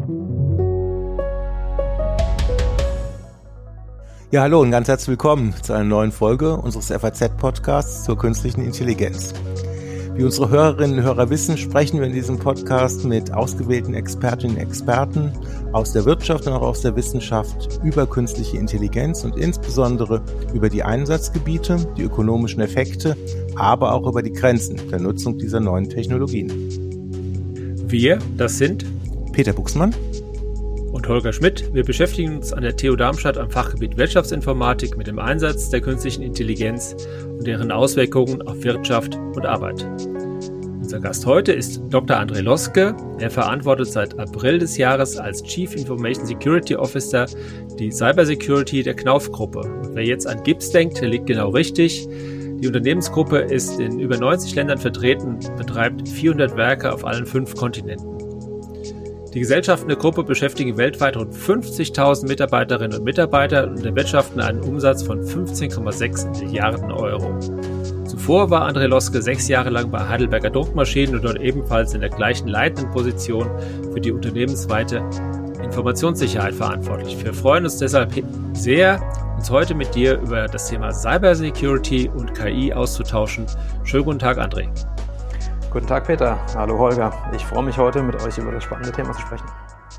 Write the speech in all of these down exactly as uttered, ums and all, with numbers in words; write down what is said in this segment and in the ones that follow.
Ja, hallo und ganz herzlich willkommen zu einer neuen Folge unseres F A Z-Podcasts zur künstlichen Intelligenz. Wie unsere Hörerinnen und Hörer wissen, sprechen wir in diesem Podcast mit ausgewählten Expertinnen und Experten aus der Wirtschaft und auch aus der Wissenschaft über künstliche Intelligenz und insbesondere über die Einsatzgebiete, die ökonomischen Effekte, aber auch über die Grenzen der Nutzung dieser neuen Technologien. Wir, das sind Peter Buchsmann und Holger Schmidt. Wir beschäftigen uns an der T U Darmstadt am Fachgebiet Wirtschaftsinformatik mit dem Einsatz der künstlichen Intelligenz und deren Auswirkungen auf Wirtschaft und Arbeit. Unser Gast heute ist Doktor André Loske. Er verantwortet seit April des Jahres als Chief Information Security Officer die Cybersecurity der Knauf-Gruppe. Und wer jetzt an G I P S denkt, der liegt genau richtig. Die Unternehmensgruppe ist in über neunzig Ländern vertreten, betreibt vierhundert Werke auf allen fünf Kontinenten. Die Gesellschaften der Gruppe beschäftigen weltweit rund fünfzigtausend Mitarbeiterinnen und Mitarbeiter und erwirtschaften einen Umsatz von fünfzehn Komma sechs Milliarden Euro. Zuvor war André Loske sechs Jahre lang bei Heidelberger Druckmaschinen und dort ebenfalls in der gleichen leitenden Position für die unternehmensweite Informationssicherheit verantwortlich. Wir freuen uns deshalb sehr, uns heute mit dir über das Thema Cybersecurity und K I auszutauschen. Schönen guten Tag, André. Guten Tag, Peter. Hallo, Holger. Ich freue mich heute, mit euch über das spannende Thema zu sprechen.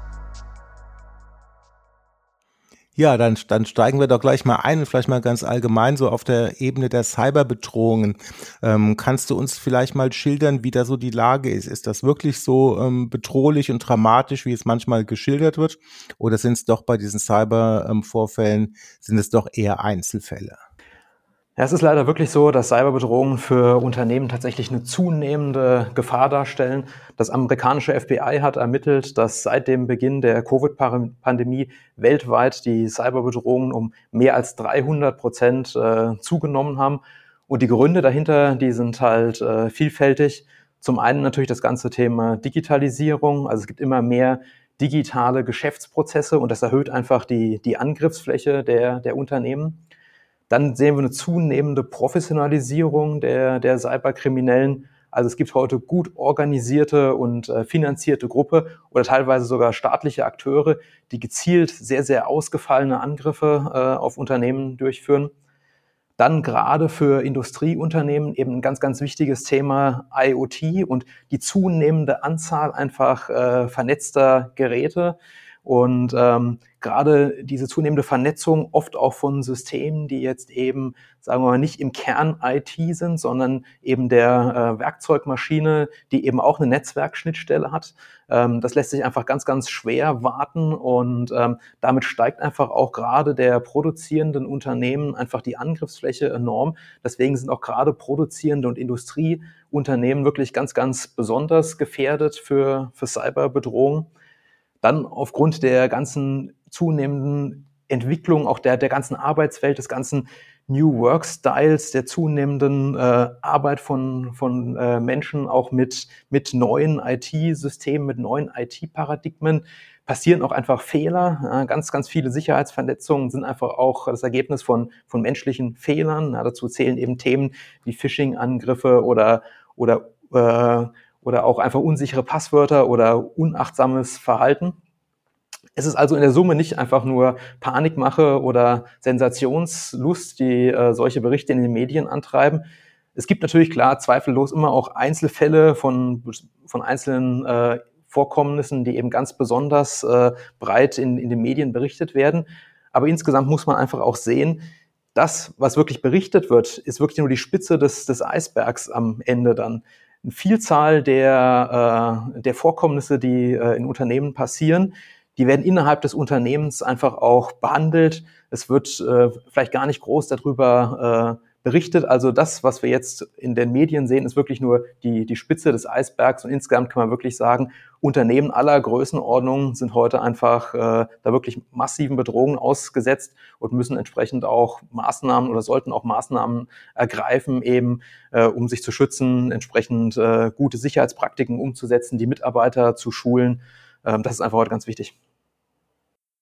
Ja, dann, dann steigen wir doch gleich mal ein und vielleicht mal ganz allgemein so auf der Ebene der Cyberbedrohungen. Ähm, kannst du uns vielleicht mal schildern, wie da so die Lage ist? Ist das wirklich so ähm, bedrohlich und dramatisch, wie es manchmal geschildert wird? Oder sind es doch bei diesen Cybervorfällen, ähm, sind es doch eher Einzelfälle? Ja, es ist leider wirklich so, dass Cyberbedrohungen für Unternehmen tatsächlich eine zunehmende Gefahr darstellen. Das amerikanische F B I hat ermittelt, dass seit dem Beginn der Covid-Pandemie weltweit die Cyberbedrohungen um mehr als dreihundert Prozent äh, zugenommen haben. Und die Gründe dahinter, die sind halt äh, vielfältig. Zum einen natürlich das ganze Thema Digitalisierung. Also es gibt immer mehr digitale Geschäftsprozesse und das erhöht einfach die, die Angriffsfläche der, der Unternehmen. Dann sehen wir eine zunehmende Professionalisierung der, der Cyberkriminellen. Also es gibt heute gut organisierte und äh, finanzierte Gruppe oder teilweise sogar staatliche Akteure, die gezielt sehr, sehr ausgefallene Angriffe äh, auf Unternehmen durchführen. Dann gerade für Industrieunternehmen eben ein ganz, ganz wichtiges Thema I O T und die zunehmende Anzahl einfach äh, vernetzter Geräte. Und ähm, gerade diese zunehmende Vernetzung oft auch von Systemen, die jetzt eben, sagen wir mal, nicht im Kern I T sind, sondern eben der äh, Werkzeugmaschine, die eben auch eine Netzwerkschnittstelle hat. Ähm, das lässt sich einfach ganz, ganz schwer warten und ähm, damit steigt einfach auch gerade der produzierenden Unternehmen einfach die Angriffsfläche enorm. Deswegen sind auch gerade produzierende und Industrieunternehmen wirklich ganz, ganz besonders gefährdet für, für Cyberbedrohung. Dann aufgrund der ganzen zunehmenden Entwicklung, auch der, der ganzen Arbeitswelt, des ganzen New Work Styles, der zunehmenden äh, Arbeit von, von äh, Menschen, auch mit, mit neuen I T-Systemen, mit neuen I T-Paradigmen, passieren auch einfach Fehler. Ja, ganz, ganz viele Sicherheitsverletzungen sind einfach auch das Ergebnis von, von menschlichen Fehlern. Ja, dazu zählen eben Themen wie Phishing-Angriffe oder, oder äh, oder auch einfach unsichere Passwörter oder unachtsames Verhalten. Es ist also in der Summe nicht einfach nur Panikmache oder Sensationslust, die äh, solche Berichte in den Medien antreiben. Es gibt natürlich klar zweifellos immer auch Einzelfälle von, von einzelnen äh, Vorkommnissen, die eben ganz besonders äh, breit in, in den Medien berichtet werden. Aber insgesamt muss man einfach auch sehen, das, was wirklich berichtet wird, ist wirklich nur die Spitze des, des Eisbergs am Ende dann. Eine Vielzahl der, äh, der Vorkommnisse, die äh, in Unternehmen passieren, die werden innerhalb des Unternehmens einfach auch behandelt. Es wird äh, vielleicht gar nicht groß darüber äh, berichtet. Also das, was wir jetzt in den Medien sehen, ist wirklich nur die, die Spitze des Eisbergs. Und insgesamt kann man wirklich sagen, Unternehmen aller Größenordnungen sind heute einfach äh, da wirklich massiven Bedrohungen ausgesetzt und müssen entsprechend auch Maßnahmen oder sollten auch Maßnahmen ergreifen, eben äh, um sich zu schützen, entsprechend äh, gute Sicherheitspraktiken umzusetzen, die Mitarbeiter zu schulen. Ähm, das ist einfach heute ganz wichtig.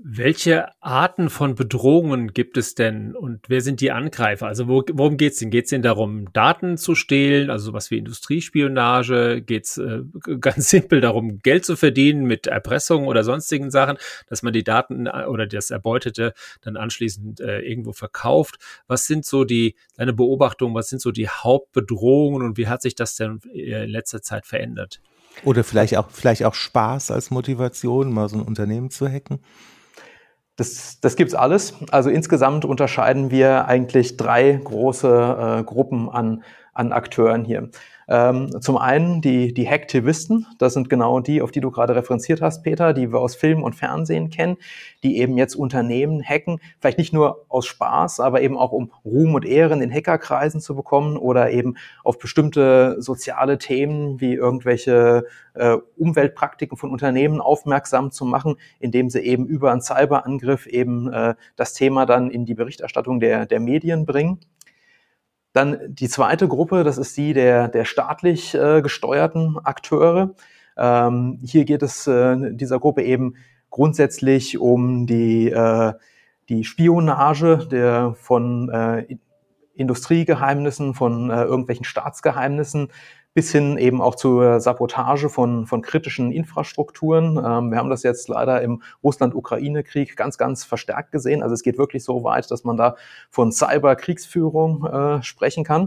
Welche Arten von Bedrohungen gibt es denn und wer sind die Angreifer? Also wo, worum geht's denn? Geht's denn darum, Daten zu stehlen, also sowas wie Industriespionage? Geht's äh, ganz simpel darum, Geld zu verdienen mit Erpressung oder sonstigen Sachen, dass man die Daten oder das Erbeutete dann anschließend äh, irgendwo verkauft? Was sind so die, deine Beobachtungen, was sind so die Hauptbedrohungen und wie hat sich das denn in letzter Zeit verändert? Oder vielleicht auch, vielleicht auch Spaß als Motivation, mal so ein Unternehmen zu hacken? Das, das gibt's alles. Also insgesamt unterscheiden wir eigentlich drei große äh, Gruppen an, an Akteuren hier. Ähm, zum einen die, die Hacktivisten, das sind genau die, auf die du gerade referenziert hast, Peter, die wir aus Film und Fernsehen kennen, die eben jetzt Unternehmen hacken, vielleicht nicht nur aus Spaß, aber eben auch um Ruhm und Ehren in Hackerkreisen zu bekommen oder eben auf bestimmte soziale Themen wie irgendwelche äh, Umweltpraktiken von Unternehmen aufmerksam zu machen, indem sie eben über einen Cyberangriff eben äh, das Thema dann in die Berichterstattung der, der Medien bringen. Dann die zweite Gruppe, das ist die der, der staatlich äh, gesteuerten Akteure. Ähm, hier geht es äh, dieser Gruppe eben grundsätzlich um die, äh, die Spionage der von äh, Industriegeheimnissen, von äh, irgendwelchen Staatsgeheimnissen bis hin eben auch zur Sabotage von, von kritischen Infrastrukturen. Ähm, wir haben das jetzt leider im Russland-Ukraine-Krieg ganz, ganz verstärkt gesehen. Also es geht wirklich so weit, dass man da von Cyber-Kriegsführung äh, sprechen kann.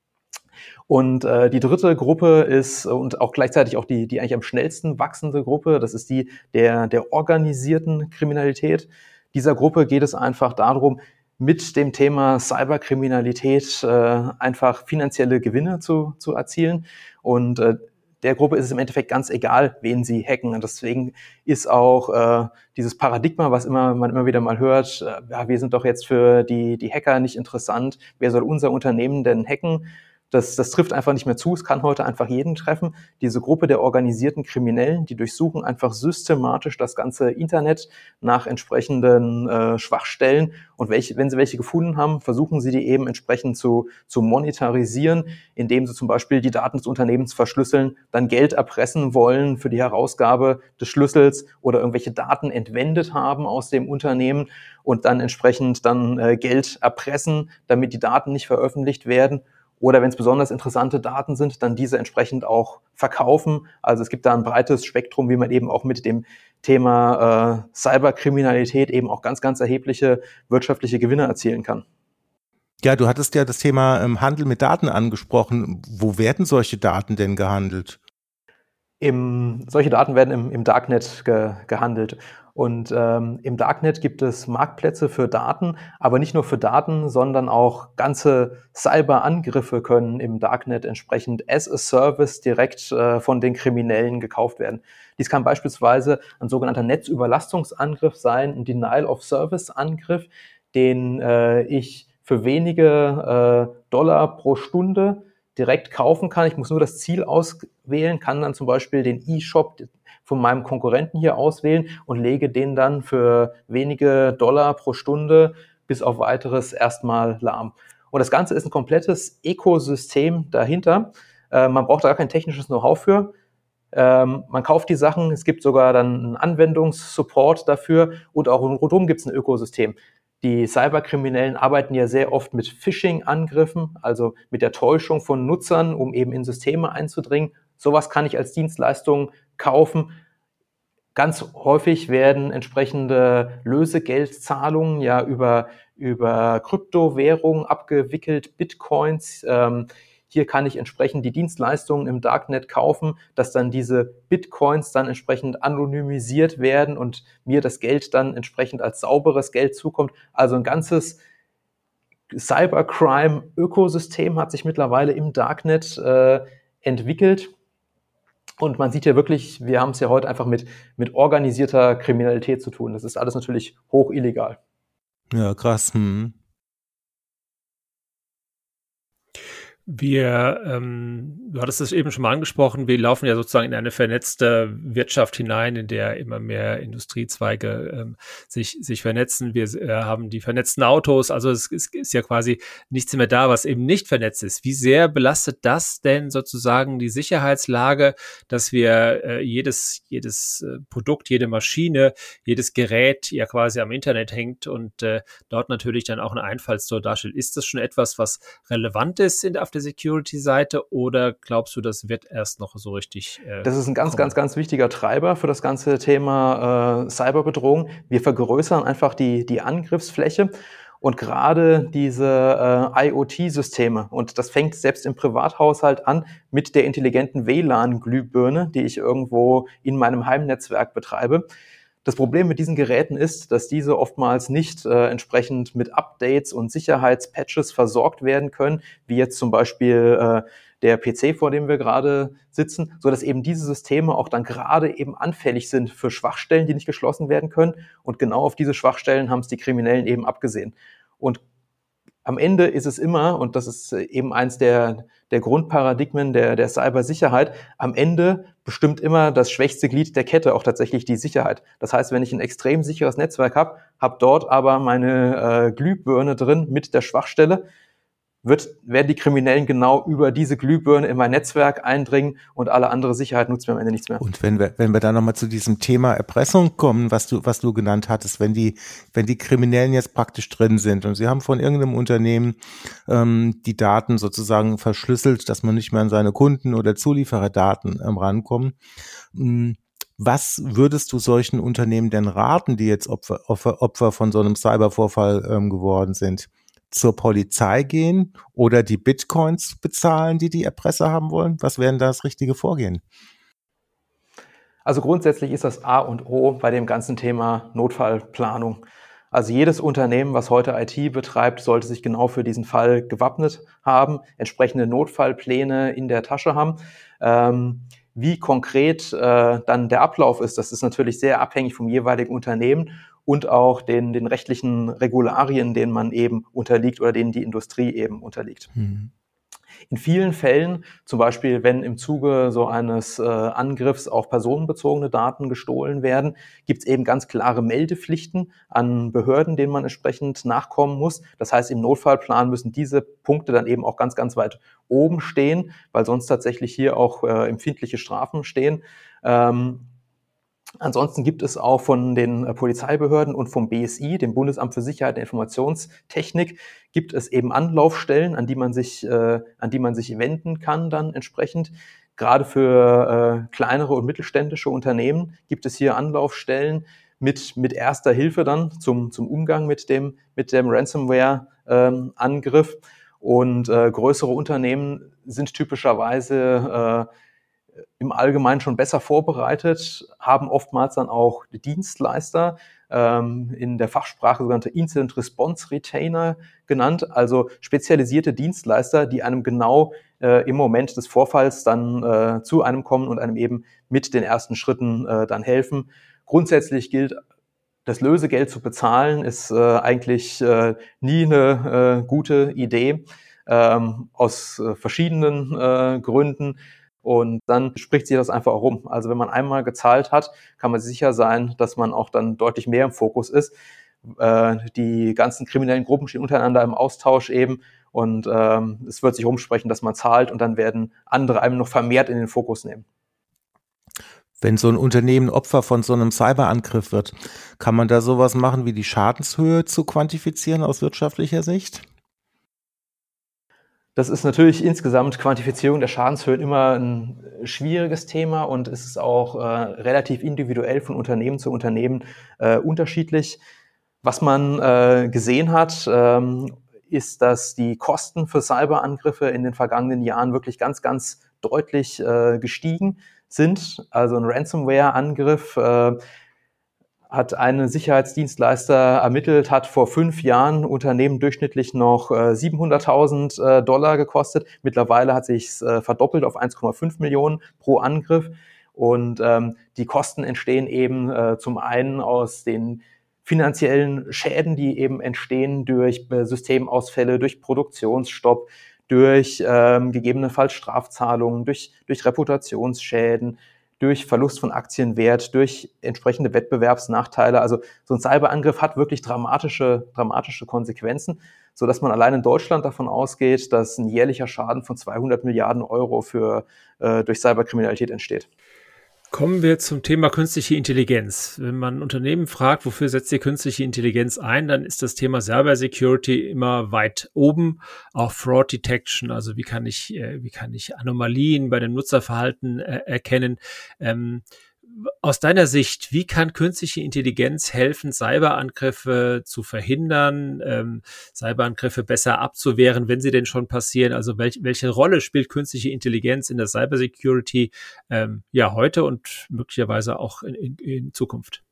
Und äh, die dritte Gruppe ist und auch gleichzeitig auch die, die eigentlich am schnellsten wachsende Gruppe, das ist die der, der organisierten Kriminalität. Dieser Gruppe geht es einfach darum, mit dem Thema Cyberkriminalität äh, einfach finanzielle Gewinne zu, zu erzielen. Und äh, der Gruppe ist es im Endeffekt ganz egal, wen sie hacken. Und deswegen ist auch äh, dieses Paradigma, was immer man immer wieder mal hört, äh, ja, wir sind doch jetzt für die, die Hacker nicht interessant, wer soll unser Unternehmen denn hacken? Das, das trifft einfach nicht mehr zu. Es kann heute einfach jeden treffen. Diese Gruppe der organisierten Kriminellen, die durchsuchen einfach systematisch das ganze Internet nach entsprechenden äh, Schwachstellen. Und welche, wenn sie welche gefunden haben, versuchen sie die eben entsprechend zu, zu monetarisieren, indem sie zum Beispiel die Daten des Unternehmens verschlüsseln, dann Geld erpressen wollen für die Herausgabe des Schlüssels oder irgendwelche Daten entwendet haben aus dem Unternehmen und dann entsprechend dann äh, Geld erpressen, damit die Daten nicht veröffentlicht werden. Oder wenn es besonders interessante Daten sind, dann diese entsprechend auch verkaufen. Also es gibt da ein breites Spektrum, wie man eben auch mit dem Thema äh, Cyberkriminalität eben auch ganz, ganz erhebliche wirtschaftliche Gewinne erzielen kann. Ja, du hattest ja das Thema ähm, Handel mit Daten angesprochen. Wo werden solche Daten denn gehandelt? Im, solche Daten werden im, im Darknet ge, gehandelt. Und ähm, im Darknet gibt es Marktplätze für Daten, aber nicht nur für Daten, sondern auch ganze Cyberangriffe können im Darknet entsprechend as a Service direkt äh, von den Kriminellen gekauft werden. Dies kann beispielsweise ein sogenannter Netzüberlastungsangriff sein, ein Denial-of-Service-Angriff, den äh, ich für wenige äh, Dollar pro Stunde direkt kaufen kann. Ich muss nur das Ziel auswählen, kann dann zum Beispiel den E-Shop von meinem Konkurrenten hier auswählen und lege den dann für wenige Dollar pro Stunde bis auf weiteres erstmal lahm. Und das Ganze ist ein komplettes Ökosystem dahinter. Äh, man braucht da gar kein technisches Know-how für. Ähm, man kauft die Sachen, es gibt sogar dann einen Anwendungssupport dafür und auch rundum gibt es ein Ökosystem. Die Cyberkriminellen arbeiten ja sehr oft mit Phishing-Angriffen, also mit der Täuschung von Nutzern, um eben in Systeme einzudringen. Sowas kann ich als Dienstleistung kaufen. Ganz häufig werden entsprechende Lösegeldzahlungen ja über, über Kryptowährungen abgewickelt, Bitcoins. Ähm, hier kann ich entsprechend die Dienstleistungen im Darknet kaufen, dass dann diese Bitcoins dann entsprechend anonymisiert werden und mir das Geld dann entsprechend als sauberes Geld zukommt. Also ein ganzes Cybercrime-Ökosystem hat sich mittlerweile im Darknet äh, entwickelt. Und man sieht ja wirklich, wir haben es ja heute einfach mit, mit organisierter Kriminalität zu tun. Das ist alles natürlich hoch illegal. Ja, krass. Hm. Wir, ähm, du hattest es eben schon mal angesprochen, wir laufen ja sozusagen in eine vernetzte Wirtschaft hinein, in der immer mehr Industriezweige ähm, sich, sich vernetzen. Wir äh, haben die vernetzten Autos, also es, es ist ja quasi nichts mehr da, was eben nicht vernetzt ist. Wie sehr belastet das denn sozusagen die Sicherheitslage, dass wir äh, jedes, jedes äh, Produkt, jede Maschine, jedes Gerät ja quasi am Internet hängt und äh, dort natürlich dann auch ein Einfallstor darstellt? Ist das schon etwas, was relevant ist in der der Security-Seite, oder glaubst du, das wird erst noch so richtig äh, Das ist ein ganz, kommen? ganz, ganz wichtiger Treiber für das ganze Thema äh, Cyberbedrohung. Wir vergrößern einfach die, die Angriffsfläche und gerade diese äh, IoT-Systeme, und das fängt selbst im Privathaushalt an mit der intelligenten W L A N-Glühbirne, die ich irgendwo in meinem Heimnetzwerk betreibe. Das Problem mit diesen Geräten ist, dass diese oftmals nicht äh, entsprechend mit Updates und Sicherheitspatches versorgt werden können, wie jetzt zum Beispiel äh, der P C, vor dem wir gerade sitzen, so dass eben diese Systeme auch dann gerade eben anfällig sind für Schwachstellen, die nicht geschlossen werden können. Und genau auf diese Schwachstellen haben es die Kriminellen eben abgesehen. Und am Ende ist es immer, und das ist eben eins der, der Grundparadigmen der, der Cybersicherheit, am Ende bestimmt immer das schwächste Glied der Kette auch tatsächlich die Sicherheit. Das heißt, wenn ich ein extrem sicheres Netzwerk habe, habe dort aber meine äh, Glühbirne drin mit der Schwachstelle, wird, werden die Kriminellen genau über diese Glühbirne in mein Netzwerk eindringen und alle andere Sicherheit nutzt mir am Ende nichts mehr. Und wenn wir, wenn wir dann nochmal zu diesem Thema Erpressung kommen, was du, was du genannt hattest, wenn die, wenn die Kriminellen jetzt praktisch drin sind und sie haben von irgendeinem Unternehmen ähm, die Daten sozusagen verschlüsselt, dass man nicht mehr an seine Kunden- oder Zuliefererdaten ähm, rankommt, ähm, was würdest du solchen Unternehmen denn raten, die jetzt Opfer, Opfer, Opfer von so einem Cybervorfall ähm, geworden sind? Zur Polizei gehen oder die Bitcoins bezahlen, die die Erpresser haben wollen? Was wäre denn da das richtige Vorgehen? Also grundsätzlich ist das A und O bei dem ganzen Thema Notfallplanung. Also jedes Unternehmen, was heute I T betreibt, sollte sich genau für diesen Fall gewappnet haben, entsprechende Notfallpläne in der Tasche haben. Ähm, wie konkret äh, dann der Ablauf ist, das ist natürlich sehr abhängig vom jeweiligen Unternehmen und auch den, den rechtlichen Regularien, denen man eben unterliegt oder denen die Industrie eben unterliegt. Mhm. In vielen Fällen, zum Beispiel wenn im Zuge so eines äh, Angriffs auf personenbezogene Daten gestohlen werden, gibt es eben ganz klare Meldepflichten an Behörden, denen man entsprechend nachkommen muss. Das heißt, im Notfallplan müssen diese Punkte dann eben auch ganz, ganz weit oben stehen, weil sonst tatsächlich hier auch äh, empfindliche Strafen stehen. Ähm, Ansonsten gibt es auch von den äh, Polizeibehörden und vom B S I, dem Bundesamt für Sicherheit und Informationstechnik, gibt es eben Anlaufstellen, an die man sich, äh, an die man sich wenden kann dann entsprechend. Gerade für äh, kleinere und mittelständische Unternehmen gibt es hier Anlaufstellen mit, mit erster Hilfe dann zum, zum Umgang mit dem, mit dem Ransomware-Angriff. Ähm, und äh, größere Unternehmen sind typischerweise äh, im Allgemeinen schon besser vorbereitet, haben oftmals dann auch Dienstleister, ähm, in der Fachsprache sogenannte Incident Response Retainer genannt, also spezialisierte Dienstleister, die einem genau äh, im Moment des Vorfalls dann äh, zu einem kommen und einem eben mit den ersten Schritten äh, dann helfen. Grundsätzlich gilt, das Lösegeld zu bezahlen ist äh, eigentlich äh, nie eine äh, gute Idee, ähm, aus äh, verschiedenen äh, Gründen. Und dann spricht sich das einfach auch rum. Also wenn man einmal gezahlt hat, kann man sicher sein, dass man auch dann deutlich mehr im Fokus ist. Äh, die ganzen kriminellen Gruppen stehen untereinander im Austausch eben und ähm, es wird sich rumsprechen, dass man zahlt und dann werden andere einem noch vermehrt in den Fokus nehmen. Wenn so ein Unternehmen Opfer von so einem Cyberangriff wird, kann man da sowas machen wie die Schadenshöhe zu quantifizieren aus wirtschaftlicher Sicht? Das ist natürlich insgesamt Quantifizierung der Schadenshöhen immer ein schwieriges Thema und es ist auch äh, relativ individuell von Unternehmen zu Unternehmen äh, unterschiedlich. Was man äh, gesehen hat, ähm, ist, dass die Kosten für Cyberangriffe in den vergangenen Jahren wirklich ganz, ganz deutlich äh, gestiegen sind. Also ein Ransomware-Angriff äh, hat ein Sicherheitsdienstleister ermittelt, hat vor fünf Jahren Unternehmen durchschnittlich noch äh, siebenhunderttausend äh, Dollar gekostet. Mittlerweile hat sich äh, verdoppelt auf eins Komma fünf Millionen pro Angriff. Und ähm, die Kosten entstehen eben äh, zum einen aus den finanziellen Schäden, die eben entstehen durch äh, Systemausfälle, durch Produktionsstopp, durch ähm, gegebenenfalls Strafzahlungen, durch, durch Reputationsschäden, durch Verlust von Aktienwert, durch entsprechende Wettbewerbsnachteile. Also so ein Cyberangriff hat wirklich dramatische, dramatische Konsequenzen, sodass man allein in Deutschland davon ausgeht, dass ein jährlicher Schaden von zweihundert Milliarden Euro für, äh, durch Cyberkriminalität entsteht. Kommen wir zum Thema künstliche Intelligenz. Wenn man Unternehmen fragt, wofür setzt ihr künstliche Intelligenz ein, dann ist das Thema Cyber Security immer weit oben. Auch Fraud Detection, also wie kann ich, wie kann ich Anomalien bei dem Nutzerverhalten äh, erkennen. Ähm, aus deiner Sicht, wie kann künstliche Intelligenz helfen, Cyberangriffe zu verhindern, ähm, Cyberangriffe besser abzuwehren, wenn sie denn schon passieren? Also welch, welche Rolle spielt künstliche Intelligenz in der Cybersecurity ähm, ja heute und möglicherweise auch in, in, in Zukunft?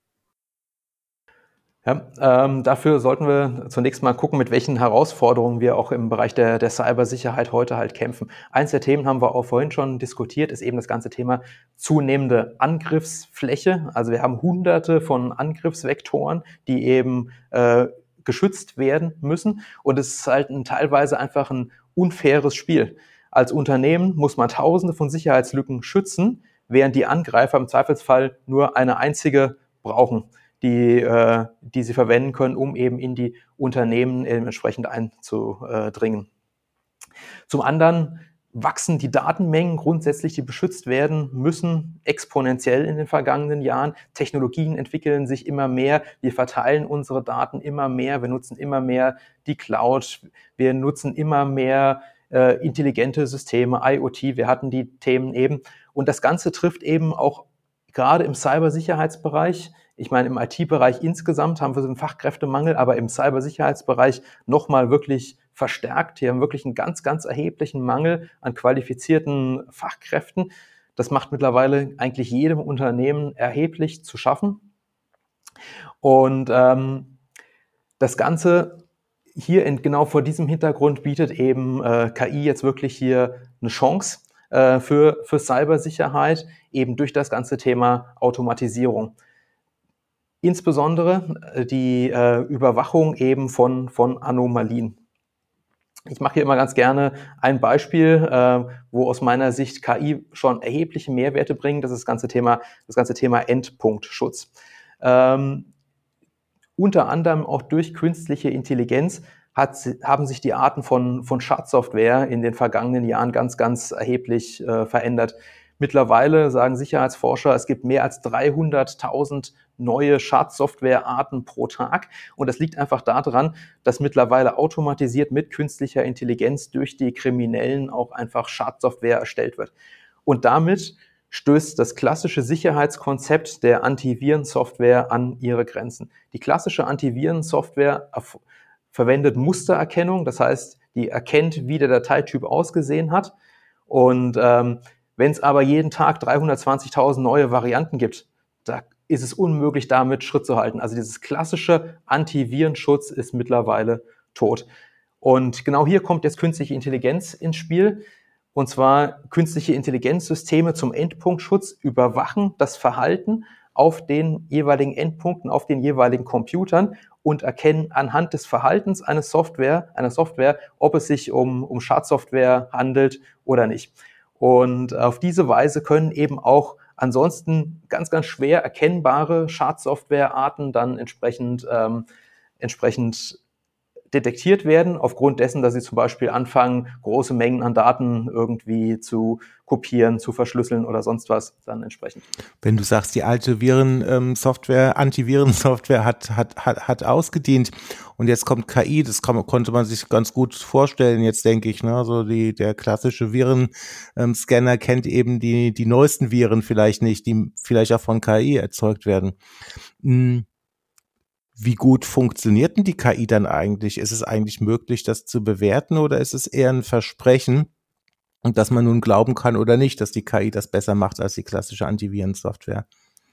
Ja, ähm, dafür sollten wir zunächst mal gucken, mit welchen Herausforderungen wir auch im Bereich der, der Cybersicherheit heute halt kämpfen. Eins der Themen haben wir auch vorhin schon diskutiert, ist eben das ganze Thema zunehmende Angriffsfläche. Also wir haben hunderte von Angriffsvektoren, die eben äh, geschützt werden müssen. Und es ist halt ein, teilweise einfach ein unfaires Spiel. Als Unternehmen muss man tausende von Sicherheitslücken schützen, während die Angreifer im Zweifelsfall nur eine einzige brauchen, die, äh, die sie verwenden können, um eben in die Unternehmen eben entsprechend einzudringen. Zum anderen wachsen die Datenmengen grundsätzlich, die beschützt werden müssen, exponentiell in den vergangenen Jahren. Technologien entwickeln sich immer mehr. Wir verteilen unsere Daten immer mehr. Wir nutzen immer mehr die Cloud. Wir nutzen immer mehr äh, intelligente Systeme, IoT. Wir hatten die Themen eben. Und das Ganze trifft eben auch gerade im Cybersicherheitsbereich. Ich meine, im I T-Bereich insgesamt haben wir so einen Fachkräftemangel, aber im Cybersicherheitsbereich nochmal wirklich verstärkt. Hier haben wir wirklich einen ganz, ganz erheblichen Mangel an qualifizierten Fachkräften. Das macht mittlerweile eigentlich jedem Unternehmen erheblich zu schaffen. Und ähm, das Ganze hier in, genau vor diesem Hintergrund bietet eben äh, K I jetzt wirklich hier eine Chance äh, für, für Cybersicherheit, eben durch das ganze Thema Automatisierung. Insbesondere die äh, Überwachung eben von, von Anomalien. Ich mache hier immer ganz gerne ein Beispiel, äh, wo aus meiner Sicht K I schon erhebliche Mehrwerte bringt. Das ist das ganze Thema, das ganze Thema Endpunktschutz. Ähm, unter anderem auch durch künstliche Intelligenz hat, haben sich die Arten von, von Schadsoftware in den vergangenen Jahren ganz, ganz erheblich äh, verändert. Mittlerweile sagen Sicherheitsforscher, es gibt mehr als dreihunderttausend neue Schadsoftwarearten pro Tag. Und das liegt einfach daran, dass mittlerweile automatisiert mit künstlicher Intelligenz durch die Kriminellen auch einfach Schadsoftware erstellt wird. Und damit stößt das klassische Sicherheitskonzept der Antivirensoftware an ihre Grenzen. Die klassische Antivirensoftware verwendet Mustererkennung, das heißt, die erkennt, wie der Dateityp ausgesehen hat. Und ähm, wenn es aber jeden Tag dreihundertzwanzigtausend neue Varianten gibt, da ist es unmöglich, damit Schritt zu halten. Also dieses klassische Antivirenschutz ist mittlerweile tot. Und genau hier kommt jetzt künstliche Intelligenz ins Spiel. Und zwar künstliche Intelligenzsysteme zum Endpunktschutz überwachen das Verhalten auf den jeweiligen Endpunkten, auf den jeweiligen Computern und erkennen anhand des Verhaltens einer Software, einer Software, ob es sich um, um Schadsoftware handelt oder nicht. Und auf diese Weise können eben auch ansonsten ganz, ganz schwer erkennbare Schadsoftwarearten dann entsprechend, ähm, entsprechend detektiert werden, aufgrund dessen, dass sie zum Beispiel anfangen, große Mengen an Daten irgendwie zu kopieren, zu verschlüsseln oder sonst was dann entsprechend. Wenn du sagst, die alte Virensoftware, Antivirensoftware hat, hat, hat, hat ausgedient und jetzt kommt K I, das kann, konnte man sich ganz gut vorstellen, jetzt denke ich, ne, so die, der klassische Virenscanner kennt eben die, die neuesten Viren vielleicht nicht, die vielleicht auch von K I erzeugt werden. Hm. Wie gut funktioniert denn die K I dann eigentlich? Ist es eigentlich möglich, das zu bewerten oder ist es eher ein Versprechen, dass man nun glauben kann oder nicht, dass die K I das besser macht als die klassische Antivirensoftware?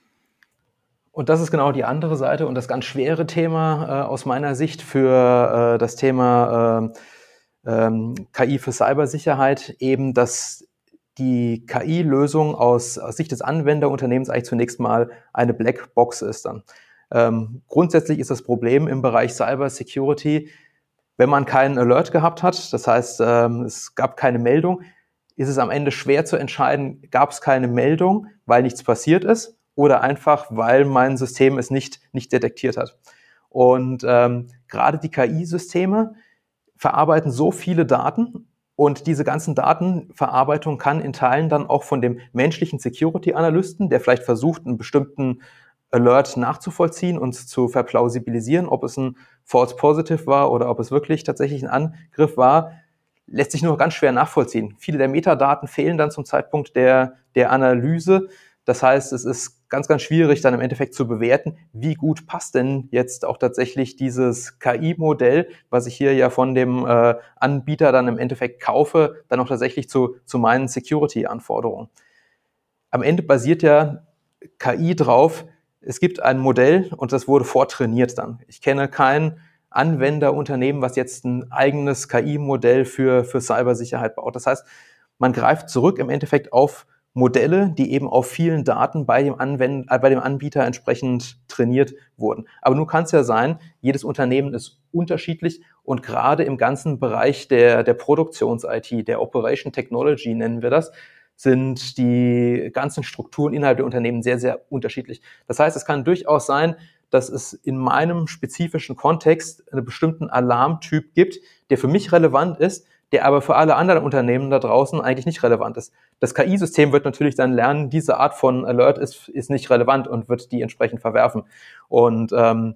Und das ist genau die andere Seite und das ganz schwere Thema äh, aus meiner Sicht für äh, das Thema äh, äh, K I für Cybersicherheit, eben, dass die K I-Lösung aus, aus Sicht des Anwenderunternehmens eigentlich zunächst mal eine Blackbox ist dann. Ähm, grundsätzlich ist das Problem im Bereich Cyber Security, Wenn man keinen Alert gehabt hat, das heißt, ähm, es gab keine Meldung, ist es am Ende schwer zu entscheiden, gab es keine Meldung, weil nichts passiert ist oder einfach, weil mein System es nicht, nicht detektiert hat. Und ähm, gerade die K I-Systeme verarbeiten so viele Daten und diese ganzen Datenverarbeitung kann in Teilen dann auch von dem menschlichen Security-Analysten, der vielleicht versucht, einen bestimmten Alert nachzuvollziehen und zu verplausibilisieren, ob es ein False Positive war oder ob es wirklich tatsächlich ein Angriff war, lässt sich nur ganz schwer nachvollziehen. Viele der Metadaten fehlen dann zum Zeitpunkt der, der Analyse. Das heißt, es ist ganz, ganz schwierig, dann im Endeffekt zu bewerten, wie gut passt denn jetzt auch tatsächlich dieses K I-Modell, was ich hier ja von dem äh, Anbieter dann im Endeffekt kaufe, dann auch tatsächlich zu, zu meinen Security-Anforderungen. Am Ende basiert ja K I drauf, es gibt ein Modell und das wurde vortrainiert dann. Ich kenne kein Anwenderunternehmen, was jetzt ein eigenes K I-Modell für, für Cybersicherheit baut. Das heißt, man greift zurück im Endeffekt auf Modelle, die eben auf vielen Daten bei dem, Anwend- äh, bei dem Anbieter entsprechend trainiert wurden. Aber nun kann es ja sein, jedes Unternehmen ist unterschiedlich und gerade im ganzen Bereich der, der Produktions-I T, der Operation Technology nennen wir das, sind die ganzen Strukturen innerhalb der Unternehmen sehr, sehr unterschiedlich. Das heißt, es kann durchaus sein, dass es in meinem spezifischen Kontext einen bestimmten Alarmtyp gibt, der für mich relevant ist, der aber für alle anderen Unternehmen da draußen eigentlich nicht relevant ist. Das K I-System wird natürlich dann lernen, diese Art von Alert ist, ist nicht relevant und wird die entsprechend verwerfen. Und ähm,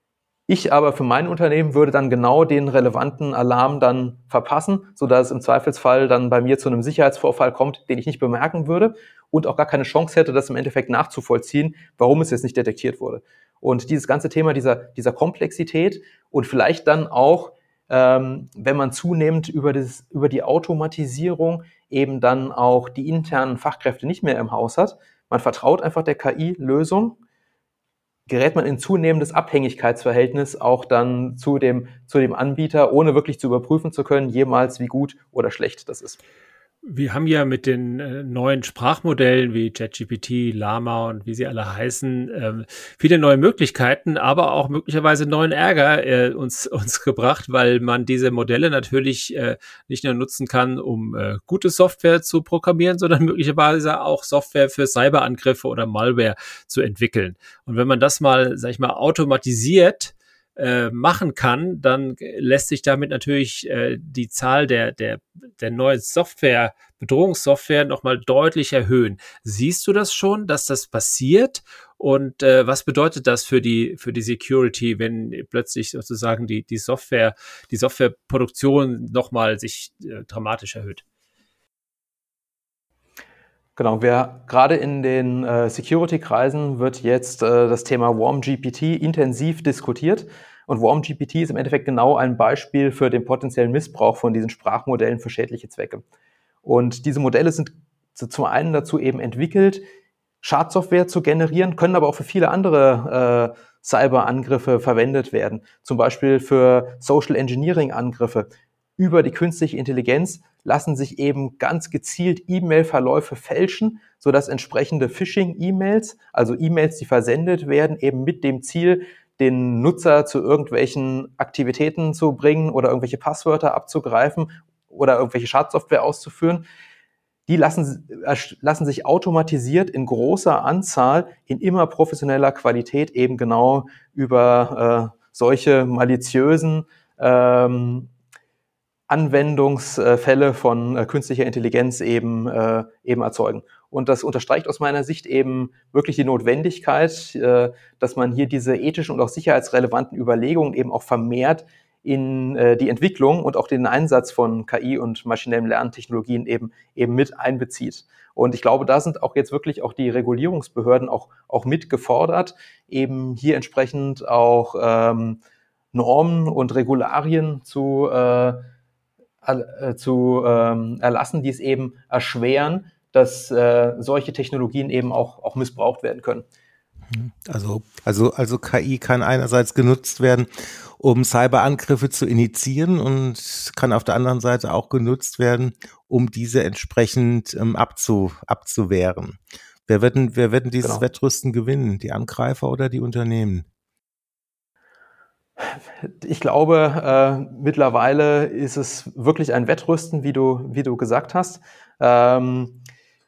ich aber für mein Unternehmen würde dann genau den relevanten Alarm dann verpassen, sodass es im Zweifelsfall dann bei mir zu einem Sicherheitsvorfall kommt, den ich nicht bemerken würde und auch gar keine Chance hätte, das im Endeffekt nachzuvollziehen, warum es jetzt nicht detektiert wurde. Und dieses ganze Thema dieser, dieser Komplexität und vielleicht dann auch, ähm, wenn man zunehmend über, das, über die Automatisierung eben dann auch die internen Fachkräfte nicht mehr im Haus hat, man vertraut einfach der K I-Lösung, gerät man in zunehmendes Abhängigkeitsverhältnis auch dann zu dem, zu dem Anbieter, ohne wirklich zu überprüfen zu können, jemals wie gut oder schlecht das ist. Wir haben ja mit den äh, neuen Sprachmodellen wie ChatGPT, Llama und wie sie alle heißen, ähm, viele neue Möglichkeiten, aber auch möglicherweise neuen Ärger äh, uns uns gebracht, weil man diese Modelle natürlich äh, nicht nur nutzen kann, um äh, gute Software zu programmieren, sondern möglicherweise auch Software für Cyberangriffe oder Malware zu entwickeln. Und wenn man das mal, sag ich mal, automatisiert Äh, machen kann, dann lässt sich damit natürlich äh, die Zahl der, der, der neuen Software, Bedrohungssoftware nochmal deutlich erhöhen. Siehst du das schon, dass das passiert? Und äh, was bedeutet das für die, für die Security, wenn plötzlich sozusagen die, die Software, die Softwareproduktion nochmal sich äh, dramatisch erhöht? Genau, wir gerade in den äh, Security-Kreisen wird jetzt äh, das Thema WarmGPT intensiv diskutiert. Und WarmGPT ist im Endeffekt genau ein Beispiel für den potenziellen Missbrauch von diesen Sprachmodellen für schädliche Zwecke. Und diese Modelle sind zum einen dazu eben entwickelt, Schadsoftware zu generieren, können aber auch für viele andere äh, Cyberangriffe verwendet werden. Zum Beispiel für Social Engineering-Angriffe. Über die künstliche Intelligenz lassen sich eben ganz gezielt E-Mail-Verläufe fälschen, sodass entsprechende Phishing-E-Mails, also E-Mails, die versendet werden, eben mit dem Ziel, den Nutzer zu irgendwelchen Aktivitäten zu bringen oder irgendwelche Passwörter abzugreifen oder irgendwelche Schadsoftware auszuführen, die lassen, äh, lassen sich automatisiert in großer Anzahl, in immer professioneller Qualität eben genau über äh, solche maliziösen ähm, Anwendungsfälle von äh, künstlicher Intelligenz eben, äh, eben erzeugen. Und das unterstreicht aus meiner Sicht eben wirklich die Notwendigkeit, äh, dass man hier diese ethischen und auch sicherheitsrelevanten Überlegungen eben auch vermehrt in äh, die Entwicklung und auch den Einsatz von K I und maschinellem Lerntechnologien eben, eben mit einbezieht. Und ich glaube, da sind auch jetzt wirklich auch die Regulierungsbehörden auch, auch mit gefordert, eben hier entsprechend auch ähm, Normen und Regularien zu äh, zu ähm, erlassen, die es eben erschweren, dass äh, solche Technologien eben auch, auch missbraucht werden können. Also, also, also K I kann einerseits genutzt werden, um Cyberangriffe zu initiieren und kann auf der anderen Seite auch genutzt werden, um diese entsprechend ähm, abzu, abzuwehren. Wer wird denn, wer wird denn dieses genau. Wettrüsten gewinnen? Die Angreifer oder die Unternehmen? Ich glaube, äh, mittlerweile ist es wirklich ein Wettrüsten, wie du, wie du gesagt hast. Ähm,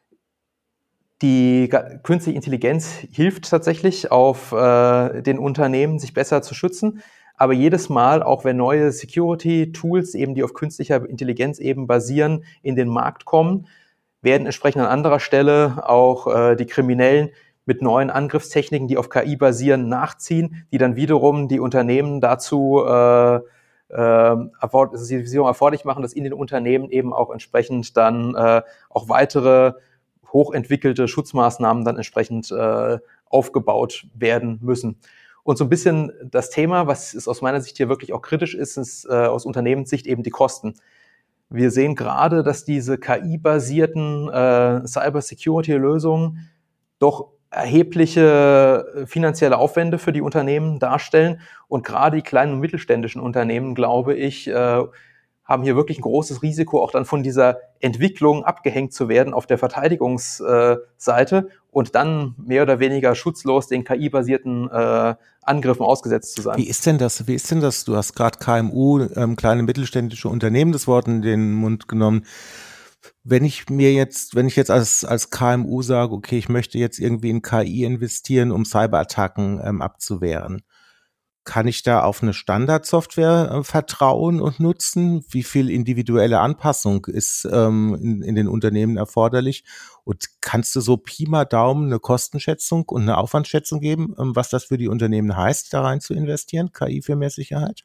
die künstliche Intelligenz hilft tatsächlich auf äh, den Unternehmen, sich besser zu schützen. Aber jedes Mal, auch wenn neue Security-Tools eben, die auf künstlicher Intelligenz eben basieren, in den Markt kommen, werden entsprechend an anderer Stelle auch äh, die Kriminellen mit neuen Angriffstechniken, die auf K I basieren, nachziehen, die dann wiederum die Unternehmen dazu äh, äh, die Visierung erforderlich machen, dass in den Unternehmen eben auch entsprechend dann äh, auch weitere hochentwickelte Schutzmaßnahmen dann entsprechend äh, aufgebaut werden müssen. Und so ein bisschen das Thema, was ist aus meiner Sicht hier wirklich auch kritisch ist, ist äh, aus Unternehmenssicht eben die Kosten. Wir sehen gerade, dass diese K I-basierten äh, Cyber-Security-Lösungen doch erhebliche finanzielle Aufwände für die Unternehmen darstellen. Und gerade die kleinen und mittelständischen Unternehmen, glaube ich, äh, haben hier wirklich ein großes Risiko, auch dann von dieser Entwicklung abgehängt zu werden auf der Verteidigungsseite und dann mehr oder weniger schutzlos den K I-basierten äh, Angriffen ausgesetzt zu sein. Wie ist denn das? Wie ist denn das? Du hast gerade K M U, ähm, kleine mittelständische Unternehmen, das Wort in den Mund genommen. Wenn ich mir jetzt, wenn ich jetzt als als K M U sage, okay, ich möchte jetzt irgendwie in K I investieren, um Cyberattacken ähm, abzuwehren, kann ich da auf eine Standardsoftware äh, vertrauen und nutzen? Wie viel individuelle Anpassung ist ähm, in, in den Unternehmen erforderlich? Und kannst du so Pi mal Daumen eine Kostenschätzung und eine Aufwandschätzung geben, ähm, was das für die Unternehmen heißt, da rein zu investieren, K I für mehr Sicherheit?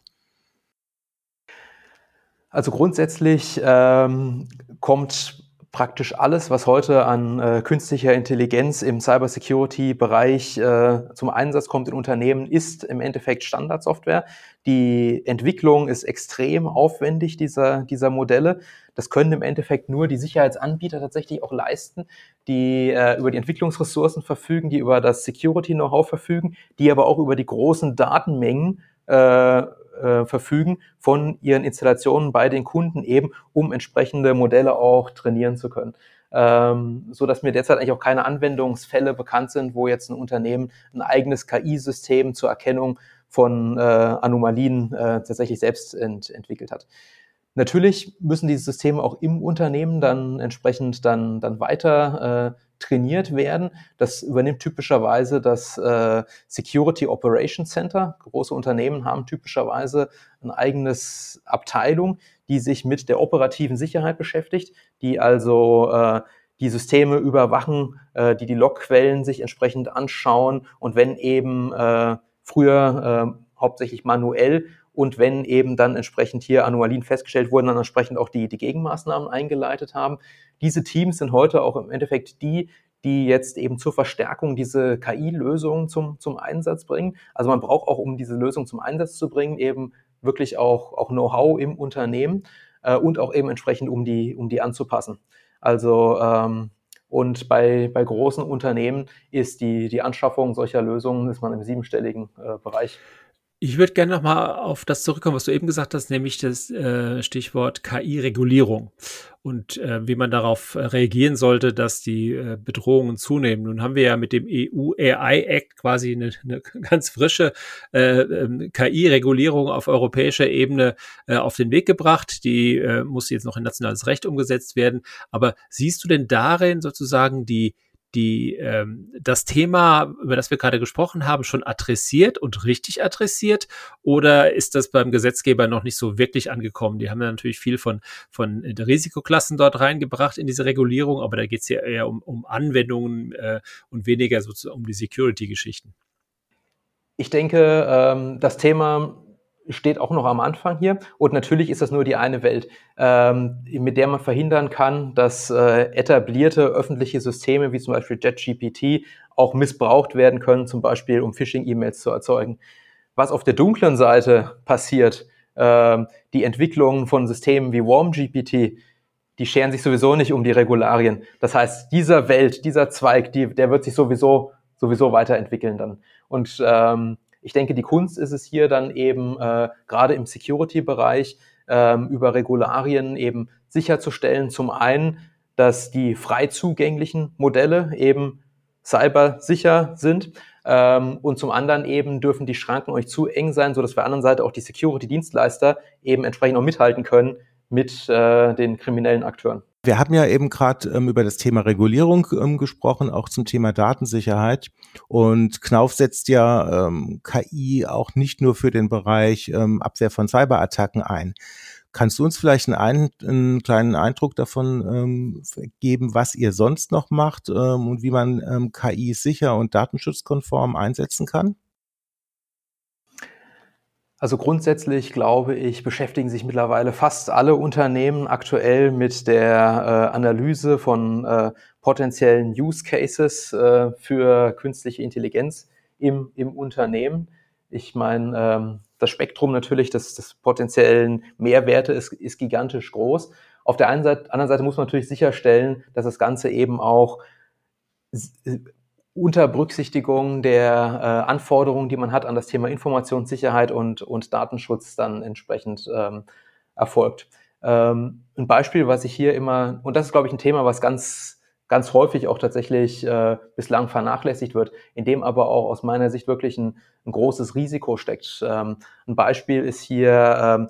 Also grundsätzlich ähm, kommt praktisch alles, was heute an äh, künstlicher Intelligenz im Cybersecurity-Bereich äh, zum Einsatz kommt in Unternehmen, ist im Endeffekt Standardsoftware. Die Entwicklung ist extrem aufwendig dieser, dieser Modelle. Das können im Endeffekt nur die Sicherheitsanbieter tatsächlich auch leisten, die äh, über die Entwicklungsressourcen verfügen, die über das Security-Know-how verfügen, die aber auch über die großen Datenmengen äh, verfügen von ihren Installationen bei den Kunden eben, um entsprechende Modelle auch trainieren zu können. Ähm, so dass mir derzeit eigentlich auch keine Anwendungsfälle bekannt sind, wo jetzt ein Unternehmen ein eigenes K I-System zur Erkennung von äh, Anomalien äh, tatsächlich selbst ent- entwickelt hat. Natürlich müssen diese Systeme auch im Unternehmen dann entsprechend dann, dann weiter äh, trainiert werden. Das übernimmt typischerweise das äh, Security Operations Center. Große Unternehmen haben typischerweise eine eigene Abteilung, die sich mit der operativen Sicherheit beschäftigt, die also äh, die Systeme überwachen, äh, die die Logquellen sich entsprechend anschauen und wenn eben äh, früher äh, hauptsächlich manuell und wenn eben dann entsprechend hier Anomalien festgestellt wurden, dann entsprechend auch die, die Gegenmaßnahmen eingeleitet haben. Diese Teams sind heute auch im Endeffekt die, die jetzt eben zur Verstärkung diese K I-Lösungen zum, zum Einsatz bringen. Also man braucht auch, um diese Lösung zum Einsatz zu bringen, eben wirklich auch, auch Know-how im Unternehmen äh, und auch eben entsprechend, um die, um die anzupassen. Also ähm, und bei, bei großen Unternehmen ist die, die Anschaffung solcher Lösungen, ist man im siebenstelligen äh, Bereich. Ich würde gerne nochmal auf das zurückkommen, was du eben gesagt hast, nämlich das äh, Stichwort K I-Regulierung und äh, wie man darauf äh, reagieren sollte, dass die äh, Bedrohungen zunehmen. Nun haben wir ja mit dem E U A I-Act quasi eine, eine ganz frische äh, äh, K I-Regulierung auf europäischer Ebene äh, auf den Weg gebracht. Die äh, muss jetzt noch in nationales Recht umgesetzt werden. Aber siehst du denn darin sozusagen die die ähm, das Thema, über das wir gerade gesprochen haben, schon adressiert und richtig adressiert, oder ist das beim Gesetzgeber noch nicht so wirklich angekommen? Die haben ja natürlich viel von von der Risikoklassen dort reingebracht in diese Regulierung, aber da geht es ja eher um, um Anwendungen äh, und weniger sozusagen um die Security-Geschichten. Ich denke, ähm, das Thema steht auch noch am Anfang hier. Und natürlich ist das nur die eine Welt, ähm, mit der man verhindern kann, dass äh, etablierte öffentliche Systeme wie zum Beispiel ChatGPT auch missbraucht werden können, zum Beispiel um Phishing-E-Mails zu erzeugen. Was auf der dunklen Seite passiert, äh, die Entwicklung von Systemen wie WarmGPT, die scheren sich sowieso nicht um die Regularien. Das heißt, dieser Welt, dieser Zweig, die, der wird sich sowieso sowieso weiterentwickeln dann. Und ähm, ich denke, die Kunst ist es hier dann eben, äh, gerade im Security-Bereich, ähm, über Regularien eben sicherzustellen, zum einen, dass die frei zugänglichen Modelle eben cybersicher sind, Ähm, und zum anderen eben dürfen die Schranken auch nicht zu eng sein, sodass auf der anderen Seite auch die Security-Dienstleister eben entsprechend auch mithalten können mit äh, den kriminellen Akteuren. Wir haben ja eben gerade ähm, über das Thema Regulierung ähm, gesprochen, auch zum Thema Datensicherheit. Und Knauf setzt ja ähm, K I auch nicht nur für den Bereich ähm, Abwehr von Cyberattacken ein. Kannst du uns vielleicht einen, einen kleinen Eindruck davon ähm, geben, was ihr sonst noch macht ähm, und wie man ähm, K I sicher und datenschutzkonform einsetzen kann? Also grundsätzlich, glaube ich, beschäftigen sich mittlerweile fast alle Unternehmen aktuell mit der äh, Analyse von äh, potenziellen Use Cases äh, für künstliche Intelligenz im, im Unternehmen. Ich meine, ähm, das Spektrum natürlich des, des potenziellen Mehrwerte ist, ist gigantisch groß. Auf der einen Seite, anderen Seite muss man natürlich sicherstellen, dass das Ganze eben auch unter Berücksichtigung der äh, Anforderungen, die man hat an das Thema Informationssicherheit und, und Datenschutz dann entsprechend ähm, erfolgt. Ähm, ein Beispiel, was ich hier immer, und das ist, glaube ich, ein Thema, was ganz, ganz häufig auch tatsächlich äh, bislang vernachlässigt wird, in dem aber auch aus meiner Sicht wirklich ein, ein großes Risiko steckt. Ähm, ein Beispiel ist hier, ähm,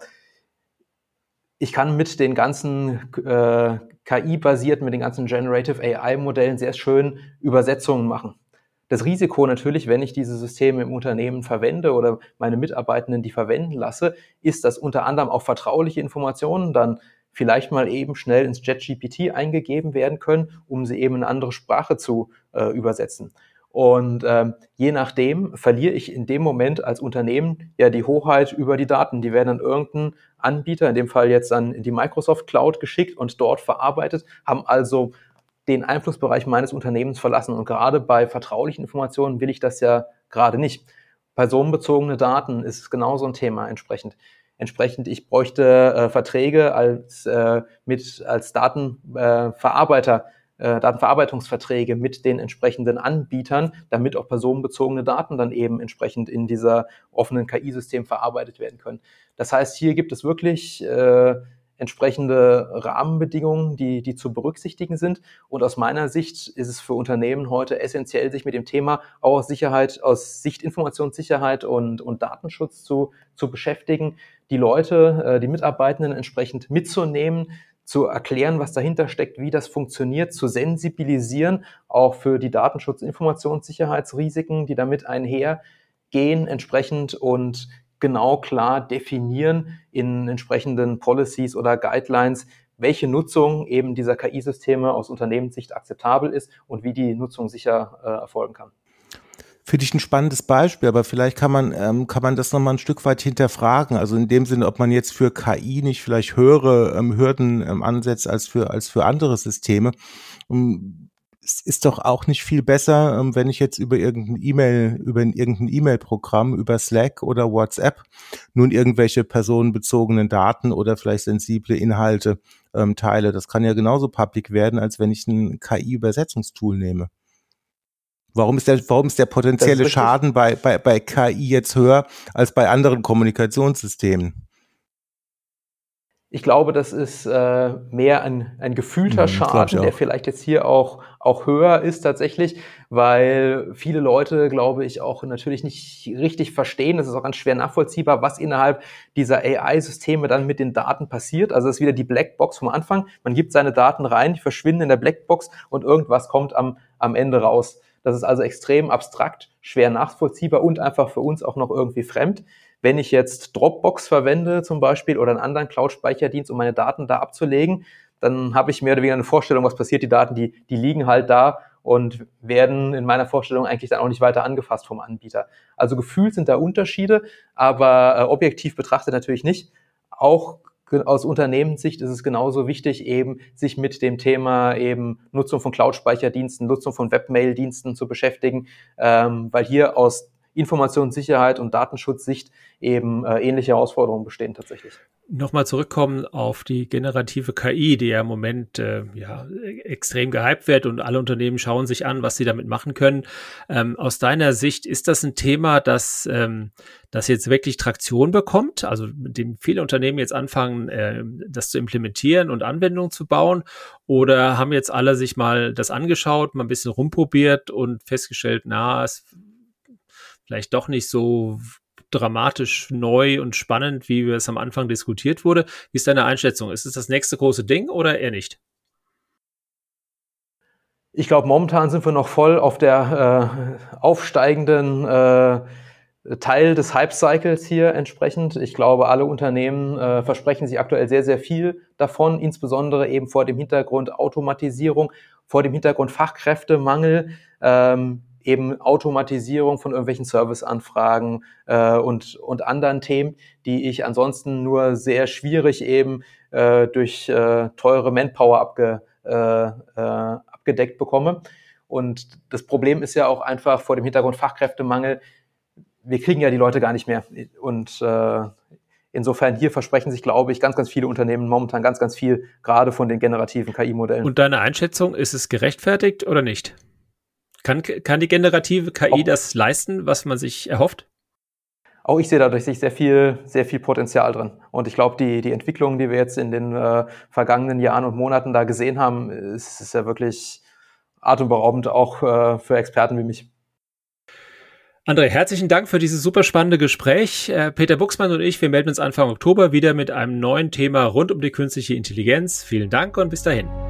ich kann mit den ganzen äh, K I-basierten, mit den ganzen Generative A I-Modellen sehr schön Übersetzungen machen. Das Risiko natürlich, wenn ich diese Systeme im Unternehmen verwende oder meine Mitarbeitenden die verwenden lasse, ist, dass unter anderem auch vertrauliche Informationen dann vielleicht mal eben schnell ins ChatGPT eingegeben werden können, um sie eben in eine andere Sprache zu äh, übersetzen. Und ähm, je nachdem verliere ich in dem Moment als Unternehmen ja die Hoheit über die Daten. Die werden an irgendeinen Anbieter, in dem Fall jetzt an die Microsoft Cloud geschickt und dort verarbeitet, haben also den Einflussbereich meines Unternehmens verlassen. Und gerade bei vertraulichen Informationen will ich das ja gerade nicht. Personenbezogene Daten ist genauso ein Thema entsprechend. Entsprechend, ich bräuchte äh, Verträge als, äh, mit, als Datenverarbeiter, äh, Datenverarbeitungsverträge mit den entsprechenden Anbietern, damit auch personenbezogene Daten dann eben entsprechend in dieser offenen K I-System verarbeitet werden können. Das heißt, hier gibt es wirklich äh, entsprechende Rahmenbedingungen, die, die zu berücksichtigen sind. Und aus meiner Sicht ist es für Unternehmen heute essentiell, sich mit dem Thema auch aus Sicherheit, aus Sicht Informationssicherheit und, und Datenschutz zu, zu beschäftigen, die Leute, äh, die Mitarbeitenden entsprechend mitzunehmen, zu erklären, was dahinter steckt, wie das funktioniert, zu sensibilisieren, auch für die Datenschutz- und Informationssicherheitsrisiken, die damit einhergehen, entsprechend und genau klar definieren in entsprechenden Policies oder Guidelines, welche Nutzung eben dieser K I-Systeme aus Unternehmenssicht akzeptabel ist und wie die Nutzung sicher äh, erfolgen kann. Finde ich ein spannendes Beispiel, aber vielleicht kann man ähm, kann man das nochmal ein Stück weit hinterfragen. Also in dem Sinne, ob man jetzt für K I nicht vielleicht höhere ähm, Hürden ähm, ansetzt als für als für andere Systeme. Um, es ist doch auch nicht viel besser, ähm, wenn ich jetzt über irgendein E-Mail, über ein, irgendein E-Mail-Programm, über Slack oder WhatsApp nun irgendwelche personenbezogenen Daten oder vielleicht sensible Inhalte ähm, teile. Das kann ja genauso public werden, als wenn ich ein K I-Übersetzungstool nehme. Warum ist der, warum ist der potenzielle ist Schaden bei, bei, bei K I jetzt höher als bei anderen Kommunikationssystemen? Ich glaube, das ist äh, mehr ein, ein gefühlter mhm, Schaden, der vielleicht jetzt hier auch, auch höher ist tatsächlich, weil viele Leute, glaube ich, auch natürlich nicht richtig verstehen, das ist auch ganz schwer nachvollziehbar, was innerhalb dieser A I-Systeme dann mit den Daten passiert. Also das ist wieder die Blackbox vom Anfang. Man gibt seine Daten rein, die verschwinden in der Blackbox und irgendwas kommt am, am Ende raus. Das ist also extrem abstrakt, schwer nachvollziehbar und einfach für uns auch noch irgendwie fremd. Wenn ich jetzt Dropbox verwende zum Beispiel oder einen anderen Cloud-Speicherdienst, um meine Daten da abzulegen, dann habe ich mehr oder weniger eine Vorstellung, was passiert. Die Daten, die, die liegen halt da und werden in meiner Vorstellung eigentlich dann auch nicht weiter angefasst vom Anbieter. Also gefühlt sind da Unterschiede, aber äh, objektiv betrachtet natürlich nicht. Auch aus Unternehmenssicht ist es genauso wichtig, eben sich mit dem Thema eben Nutzung von Cloud-Speicherdiensten, Nutzung von Webmail-Diensten zu beschäftigen, ähm, weil hier aus Informationssicherheit und Datenschutzsicht eben äh, ähnliche Herausforderungen bestehen tatsächlich. Nochmal zurückkommen auf die generative K I, die ja im Moment äh, ja extrem gehypt wird und alle Unternehmen schauen sich an, was sie damit machen können. Ähm, aus deiner Sicht, ist das ein Thema, das, ähm, das jetzt wirklich Traktion bekommt, also mit dem viele Unternehmen jetzt anfangen, äh, das zu implementieren und Anwendungen zu bauen? Oder haben jetzt alle sich mal das angeschaut, mal ein bisschen rumprobiert und festgestellt, na, es vielleicht doch nicht so dramatisch neu und spannend, wie es am Anfang diskutiert wurde. Wie ist deine Einschätzung? Ist es das nächste große Ding oder eher nicht? Ich glaube, momentan sind wir noch voll auf der äh, aufsteigenden äh, Teil des Hype-Cycles hier entsprechend. Ich glaube, alle Unternehmen äh, versprechen sich aktuell sehr, sehr viel davon, insbesondere eben vor dem Hintergrund Automatisierung, vor dem Hintergrund Fachkräftemangel, ähm, eben Automatisierung von irgendwelchen Serviceanfragen äh, und, und anderen Themen, die ich ansonsten nur sehr schwierig eben äh, durch äh, teure Manpower abge, äh, äh, abgedeckt bekomme. Und das Problem ist ja auch einfach vor dem Hintergrund Fachkräftemangel, wir kriegen ja die Leute gar nicht mehr. Und äh, insofern hier versprechen sich, glaube ich, ganz, ganz viele Unternehmen momentan ganz, ganz viel, gerade von den generativen K I-Modellen. Und deine Einschätzung, ist es gerechtfertigt oder nicht? Kann, kann die generative K I auch das leisten, was man sich erhofft? Auch ich sehe dadurch sehr viel, sehr viel Potenzial drin. Und ich glaube, die, die Entwicklungen, die wir jetzt in den äh, vergangenen Jahren und Monaten da gesehen haben, ist, ist ja wirklich atemberaubend, auch äh, für Experten wie mich. André, herzlichen Dank für dieses super spannende Gespräch. Äh, Peter Buchsmann und ich, wir melden uns Anfang Oktober wieder mit einem neuen Thema rund um die künstliche Intelligenz. Vielen Dank und bis dahin.